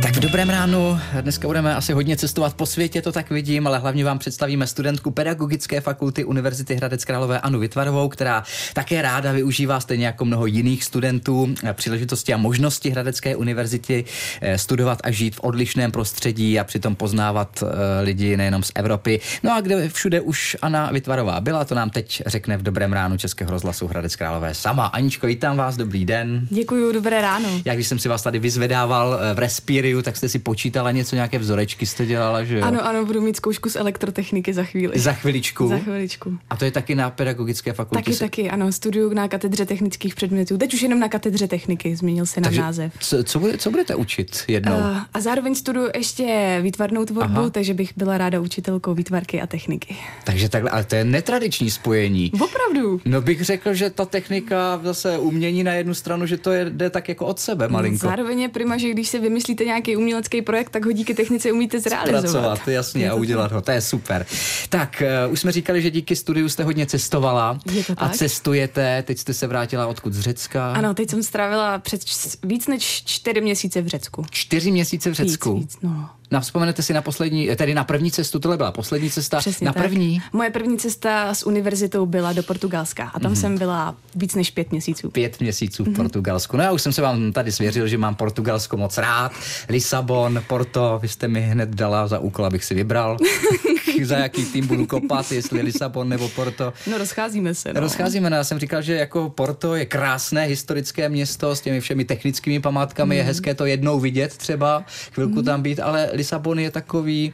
Tak v dobrém ránu, dneska budeme asi hodně cestovat po světě, to tak vidím, ale hlavně vám představíme studentku Pedagogické fakulty Univerzity Hradec Králové Annu Vitvarovou, která také ráda využívá stejně jako mnoho jiných studentů příležitosti a možnosti Hradecké univerzity studovat a žít v odlišném prostředí a přitom poznávat lidi nejenom z Evropy. No a kde všude už Anna Vitvarová byla, to nám teď řekne v dobrém ránu Českého rozhlasu Hradec Králové sama. Aničko, vítám vás, dobrý den. Děkuju, dobré ráno. Já když jsem si vás tady vyzvedával v Respiriu, tak jste si počítala něco, nějaké vzorečky jste dělala, že jo? Ano, budu mít zkoušku z elektrotechniky za chvíli. Za chviličku? Za chviličku. A to je taky na Pedagogické fakultě? Taky, ano, studuju na katedře technických předmětů. Teď už jenom na katedře techniky, změnil se nám název. Co budete učit jednou? A zároveň studuju ještě výtvarnou tvorbu, takže bych byla ráda učitelkou výtvarky a techniky. Takže takhle, ale to je netradiční spojení. Opravdu? No bych řekl, že ta technika, zase umění na jednu stranu, že to jde tak jako od sebe malinko. Zároveň je prima, že když si vymyslíte nějaký umělecký projekt, tak ho díky technice umíte zrealizovat. Zpracovat, jasně, a udělat ho, to je super. Tak, už jsme říkali, že díky studiu jste hodně cestovala a cestujete, teď jste se vrátila odkud z Řecka? Ano, teď jsem strávila víc než 4 měsíce v Řecku. 4 měsíce v Řecku? Víc, no. Vzpomenete si na poslední, tedy na první cestu, tohle byla poslední cesta. Přesně na první? Tak. Moje první cesta s univerzitou byla do Portugalska a tam jsem byla víc než 5 měsíců. 5 měsíců v Portugalsku. No já už jsem se vám tady svěřil, že mám Portugalsko moc rád. Lisabon, Porto, vy jste mi hned dala za úkol, abych si vybral. Za jaký tým budu kopat, jestli Lisabon nebo Porto. No rozcházíme se. No. Rozcházíme, já jsem říkal, že jako Porto je krásné historické město s těmi všemi technickými památkami, je hezké to jednou vidět třeba, chvilku tam být, ale Lisabon je takový,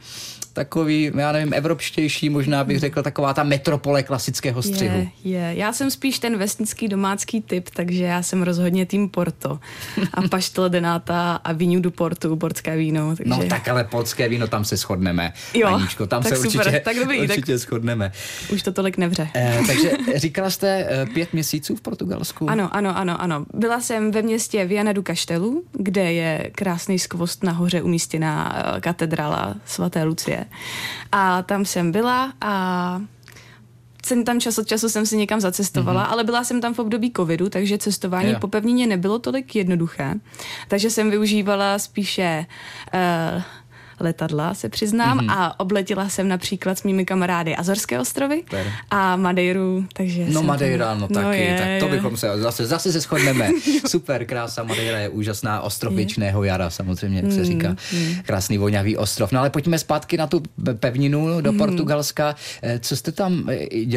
já nevím, evropštější, možná bych řekl, taková ta metropole klasického střihu. Já jsem spíš ten vesnický domácký typ, takže já jsem rozhodně tým Porto. A Pastel de Nata a Vinho do Porto, portské víno. Takže... No tak ale portské víno, tam se shodneme. Jo, Aničko, tam tak se super, určitě shodneme. Už to tolik nevře. Takže říkala jste 5 měsíců v Portugalsku? Ano. Byla jsem ve městě Viana do Castelo, kde je krásný skvost nahoře umístěná katedrála svaté Lucie. A tam jsem byla a tam čas od času jsem si někam zacestovala, ale byla jsem tam v období covidu, takže cestování po pevnině nebylo tolik jednoduché. Takže jsem využívala spíše letadla, se přiznám, a obletěla jsem například s mými kamarády Azorské ostrovy a Madeiru, takže Madeira, taky, tak to bychom se zase se shodneme. Super, krása, Madeira je úžasná, ostrov věčného jara, samozřejmě, jak se říká. Krásný voňavý ostrov. No ale pojďme zpátky na tu pevninu do Portugalska. Co jste tam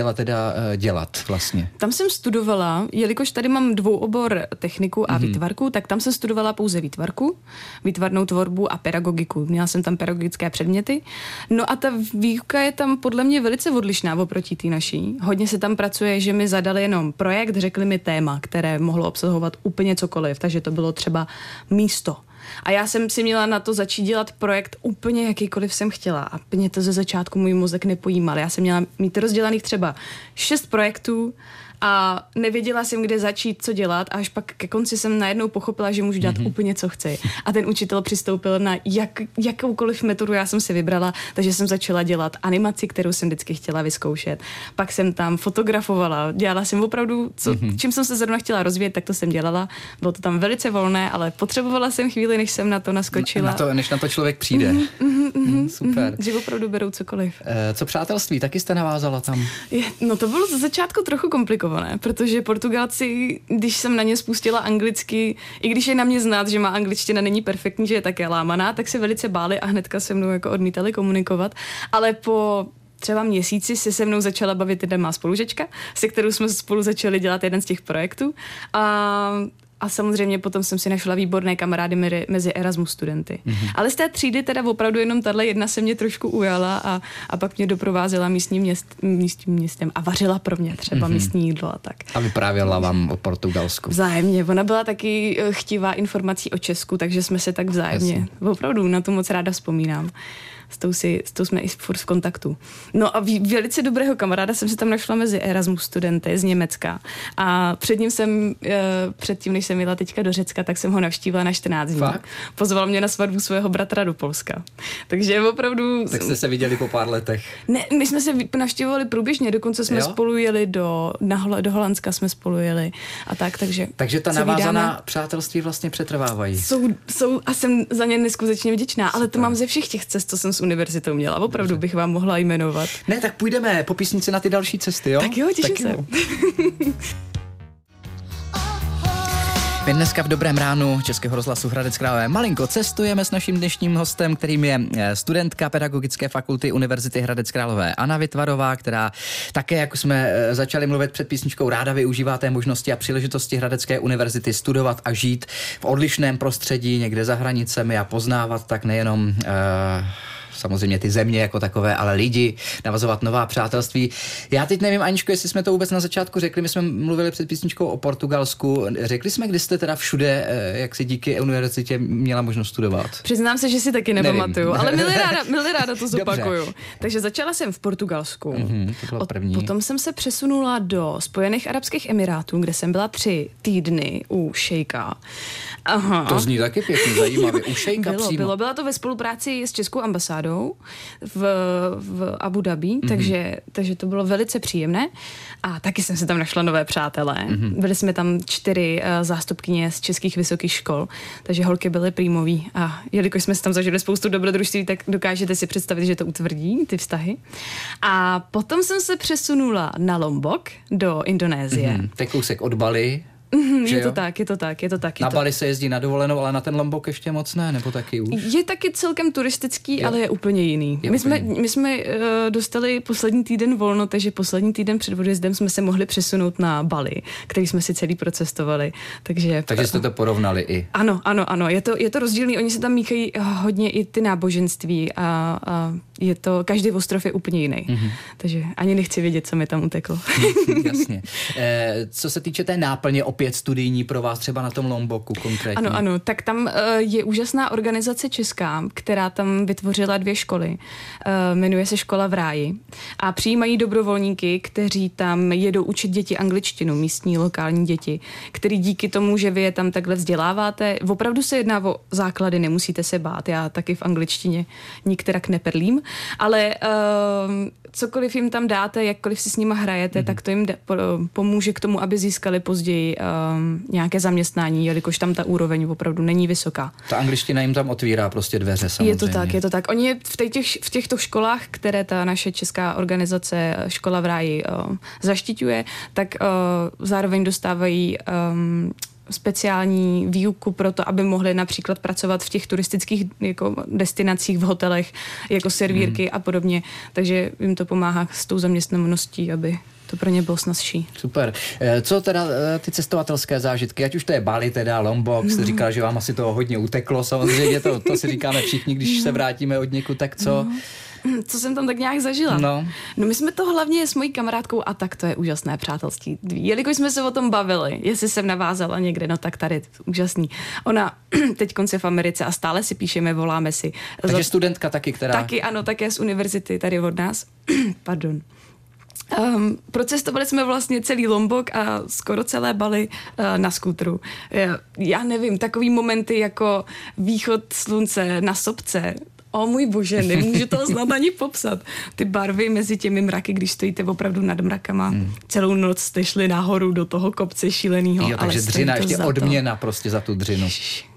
dělat vlastně? Tam jsem studovala, jelikož tady mám dvouobor techniku a výtvarku, tak tam jsem studovala pouze výtvarku, výtvarnou tvorbu a pedagogiku. Měla jsem tam pedagogické předměty. No a ta výuka je tam podle mě velice odlišná oproti té naší. Hodně se tam pracuje, že mi zadali jenom projekt, řekli mi téma, které mohlo obsahovat úplně cokoliv, takže to bylo třeba místo. A já jsem si měla na to začít dělat projekt úplně jakýkoliv jsem chtěla a mě to ze začátku můj mozek nepojímal. Já jsem měla mít rozdělaných třeba 6 projektů a nevěděla jsem, kde začít, co dělat, a až pak ke konci jsem najednou pochopila, že můžu dělat úplně, co chci. A ten učitel přistoupil na jakoukoliv metodu já jsem si vybrala, takže jsem začala dělat animaci, kterou jsem vždycky chtěla vyzkoušet. Pak jsem tam fotografovala, dělala jsem opravdu, čím jsem se zrovna chtěla rozvíjet, tak to jsem dělala. Bylo to tam velice volné, ale potřebovala jsem chvíli, než jsem na to naskočila. Než na to člověk přijde. Super. Že opravdu berou cokoliv. Co přátelství, taky jste navázala tam? No to bylo ze začátku trochu komplikované, protože Portugalci, když jsem na ně spustila anglicky, i když je na mě znát, že má angličtina není perfektní, že je také lámaná, tak se velice báli a hnedka se mnou jako odmítali komunikovat, ale po třeba měsíci se mnou začala bavit jedna má spolužečka, se kterou jsme spolu začali dělat jeden z těch projektů a samozřejmě potom jsem si našla výborné kamarády mezi Erasmus studenty. Ale z té třídy teda opravdu jenom tahle jedna se mě trošku ujala a pak mě doprovázela místním městem a vařila pro mě třeba místní jídlo a tak. A vyprávěla vám o Portugalsku. Vzájemně. Ona byla taky chtivá informací o Česku, takže jsme se tak vzájemně. Opravdu na to moc ráda vzpomínám. S tou jsme i furt v kontaktu. No a velice dobrého kamaráda jsem se tam našla mezi Erasmus studenty z Německa. A předtím, než jsem jela teďka do Řecka, tak jsem ho navštívila na 14 dní. Fakt? Pozval mě na svatbu svého bratra do Polska. Takže opravdu... Tak jste se viděli po pár letech. Ne, my jsme se navštěvovali průběžně, dokonce jsme spolu jeli do Holandska jsme spolu jeli a tak, takže... Takže ta navázaná přátelství vlastně přetrvávají. Jsou a jsem za ně neskutečně vděčná, ale to mám ze všech těch cest, co jsem s univerzitou měla. Opravdu bych vám mohla jmenovat. Ne, tak půjdeme po písnici na ty další cesty, jo? Tak jo, těším se. My dneska v Dobrém ránu Českého rozhlasu Hradec Králové malinko cestujeme s naším dnešním hostem, kterým je studentka Pedagogické fakulty Univerzity Hradec Králové Anna Vitvarová, která také, jak jsme začali mluvit před písničkou, ráda využívá té možnosti a příležitosti Hradecké univerzity studovat a žít v odlišném prostředí někde za hranicemi a poznávat tak nejenom samozřejmě ty země jako takové, ale lidi, navazovat nová přátelství. Já teď nevím, Aničko, jestli jsme to vůbec na začátku řekli, my jsme mluvili před písničkou o Portugalsku. Řekli jsme, kdy jste teda všude, jak si díky univerzitě měla možnost studovat? Přiznám se, že si taky nepamatuju, ale milé ráda to zopakuju. Dobře. Takže začala jsem v Portugalsku. To bylo první. Potom jsem se přesunula do Spojených arabských emirátů, kde jsem byla 3 týdny u šejka. Aha. To zní taky pěkně zajímavě. U šejka přímo. Byla to ve spolupráci s českou ambasádou v Abu Dhabi, takže to bylo velice příjemné. A taky jsem se tam našla nové přátelé. Byli jsme tam 4 zástupkyně z českých vysokých škol, takže holky byly prýmoví. A jelikož jsme se tam zažili spoustu dobrodružství, tak dokážete si představit, že to utvrdí ty vztahy. A potom jsem se přesunula na Lombok do Indonésie. To je kousek od Bali. Je to tak. Na Bali se jezdí na dovolenou, ale na ten Lombok ještě moc ne, nebo taky už? Je taky celkem turistický, ale je úplně jiný. My jsme dostali poslední týden volno, takže poslední týden před odjezdem jsme se mohli přesunout na Bali, který jsme si celý procestovali. Takže jste to porovnali i. Ano. Je to rozdílný, oni se tam míchají hodně i ty náboženství a je to, každý ostrov je úplně jiný. Takže ani nechci vědět, co mi tam uteklo. Jasně. Co se týče té náplně opět studijní pro vás třeba na tom Lomboku konkrétně. Ano, tak tam je úžasná organizace česká, která tam vytvořila 2 školy. Jmenuje se Škola v ráji a přijímají dobrovolníky, kteří tam jedou učit děti angličtinu, místní lokální děti, který díky tomu, že vy je tam takhle vzděláváte, opravdu se jedná o základy, nemusíte se bát. Já taky v angličtině nikterak neperlím, ale cokoliv jim tam dáte, jakkoliv si s nima hrajete, tak to jim pomůže k tomu, aby získali později nějaké zaměstnání, jelikož tam ta úroveň opravdu není vysoká. Ta angličtina jim tam otvírá prostě dveře samozřejmě. Je to tak. Oni v těchto školách, které ta naše česká organizace Škola v ráji zaštiťuje, tak zároveň dostávají speciální výuku pro to, aby mohli například pracovat v těch turistických jako destinacích, v hotelech, jako servírky a podobně. Takže jim to pomáhá s tou zaměstnaností, aby to pro ně bylo snazší. Super. Co teda ty cestovatelské zážitky, ať už to je Bali, teda Lombok, jste říkala, že vám asi toho hodně uteklo, samozřejmě to si říkáme všichni, když se vrátíme od někud, tak co? Co jsem tam tak nějak zažila? No, my jsme to hlavně s mojí kamarádkou a tak to je úžasné přátelství. Jelikož jsme se o tom bavili, jestli jsem navázala někde, no tak tady úžasný. Ona teď konce v Americe a stále si píšeme, voláme si. Takže studentka taky, která... Taky, ano, také z univerzity tady od nás. Pardon. Procestovali jsme vlastně celý Lombok a skoro celé Bali na skútru. Já nevím, takový momenty jako východ slunce na sopce, o můj bože, nemůžu to snad ani popsat. Ty barvy mezi těmi mraky, když stojíte opravdu nad mrakama. Celou noc jste šli nahoru do toho kopce šílenýho. Jo, takže dřina, ještě odměna prostě za tu dřinu.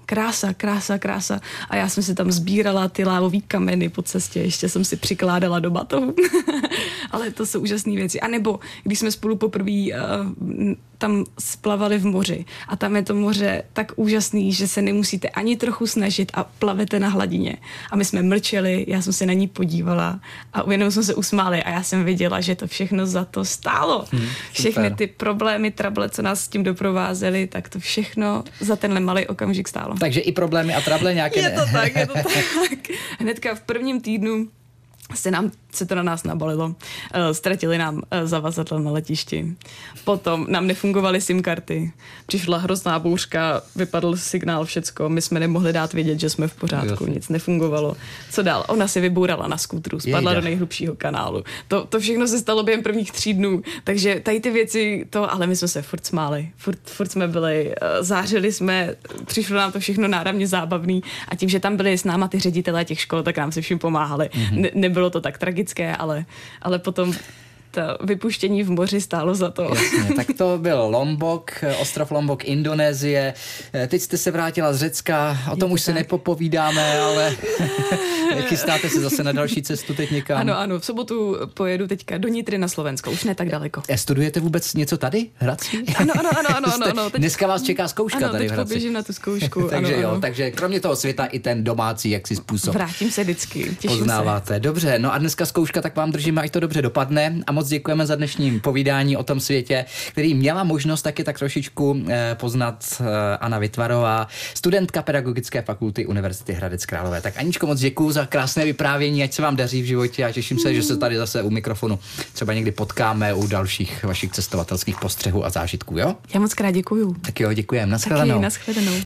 Krása. A já jsem si tam sbírala ty lávový kameny po cestě, ještě jsem si přikládala do batohu. Ale to jsou úžasné věci. A nebo když jsme spolu poprvé tam splavali v moři a tam je to moře tak úžasný, že se nemusíte ani trochu snažit a plavete na hladině. A my jsme mlčeli, já jsem se na ní podívala a jenom jsme se usmáli a já jsem viděla, že to všechno za to stálo. Všechny ty problémy, trable, co nás s tím doprovázely, tak to všechno za tenhle malý okamžik stálo. Takže i problémy a trable nějaké... Je to tak. Hnedka v prvním týdnu se nám se to na nás nabalilo. Ztratili nám zavazadla na letišti. Potom nám nefungovaly SIM karty. Přišla hrozná bouřka, vypadl signál, všecko. My jsme nemohli dát vědět, že jsme v pořádku. Nic nefungovalo. Co dál? Ona si vybourala na skútru, spadla do nejhlubšího kanálu. To všechno se stalo během prvních 3 dnů. Takže tady ty věci, ale my jsme se furt smáli. Furt jsme byli, zářili jsme, přišlo nám to všechno náramně zábavný a tím, že tam byli s náma ty ředitelé těch škol, tak nám se vším pomáhali. Nebylo to tak tragické, ale potom to vypuštění v moři stálo za to. Jasně, tak to byl Lombok, ostrov Lombok, Indonésie. Teď jste se vrátila z Řecka, o tom už si nepopovídáme, ale chystáte se zase na další cestu teď někam? Ano, v sobotu pojedu teďka do Nitry na Slovensko, už ne tak daleko. Studujete vůbec něco tady, Hradci? Ano. Dneska vás čeká zkouška tady v Hradci. Ano, teď poběžím na tu zkoušku. Takže jo, takže kromě toho světa i ten domácí jaksi způsob. Vrátím se vždycky, těším poznáváte. se. Dobře, no a dneska zkouška, tak vám držíme, ať to dobře dopadne a moc děkujeme za dnešní povídání o tom světě, který měla možnost taky tak trošičku poznat Anna Vytvarová, studentka Pedagogické fakulty Univerzity Hradec Králové. Tak Aničko, moc děkuju za krásné vyprávění, ať se vám daří v životě a těším se, že se tady zase u mikrofonu třeba někdy potkáme u dalších vašich cestovatelských postřehů a zážitků, jo? Já moc krát děkuju. Tak jo, děkujem. Naschledanou. Taky, naschledanou.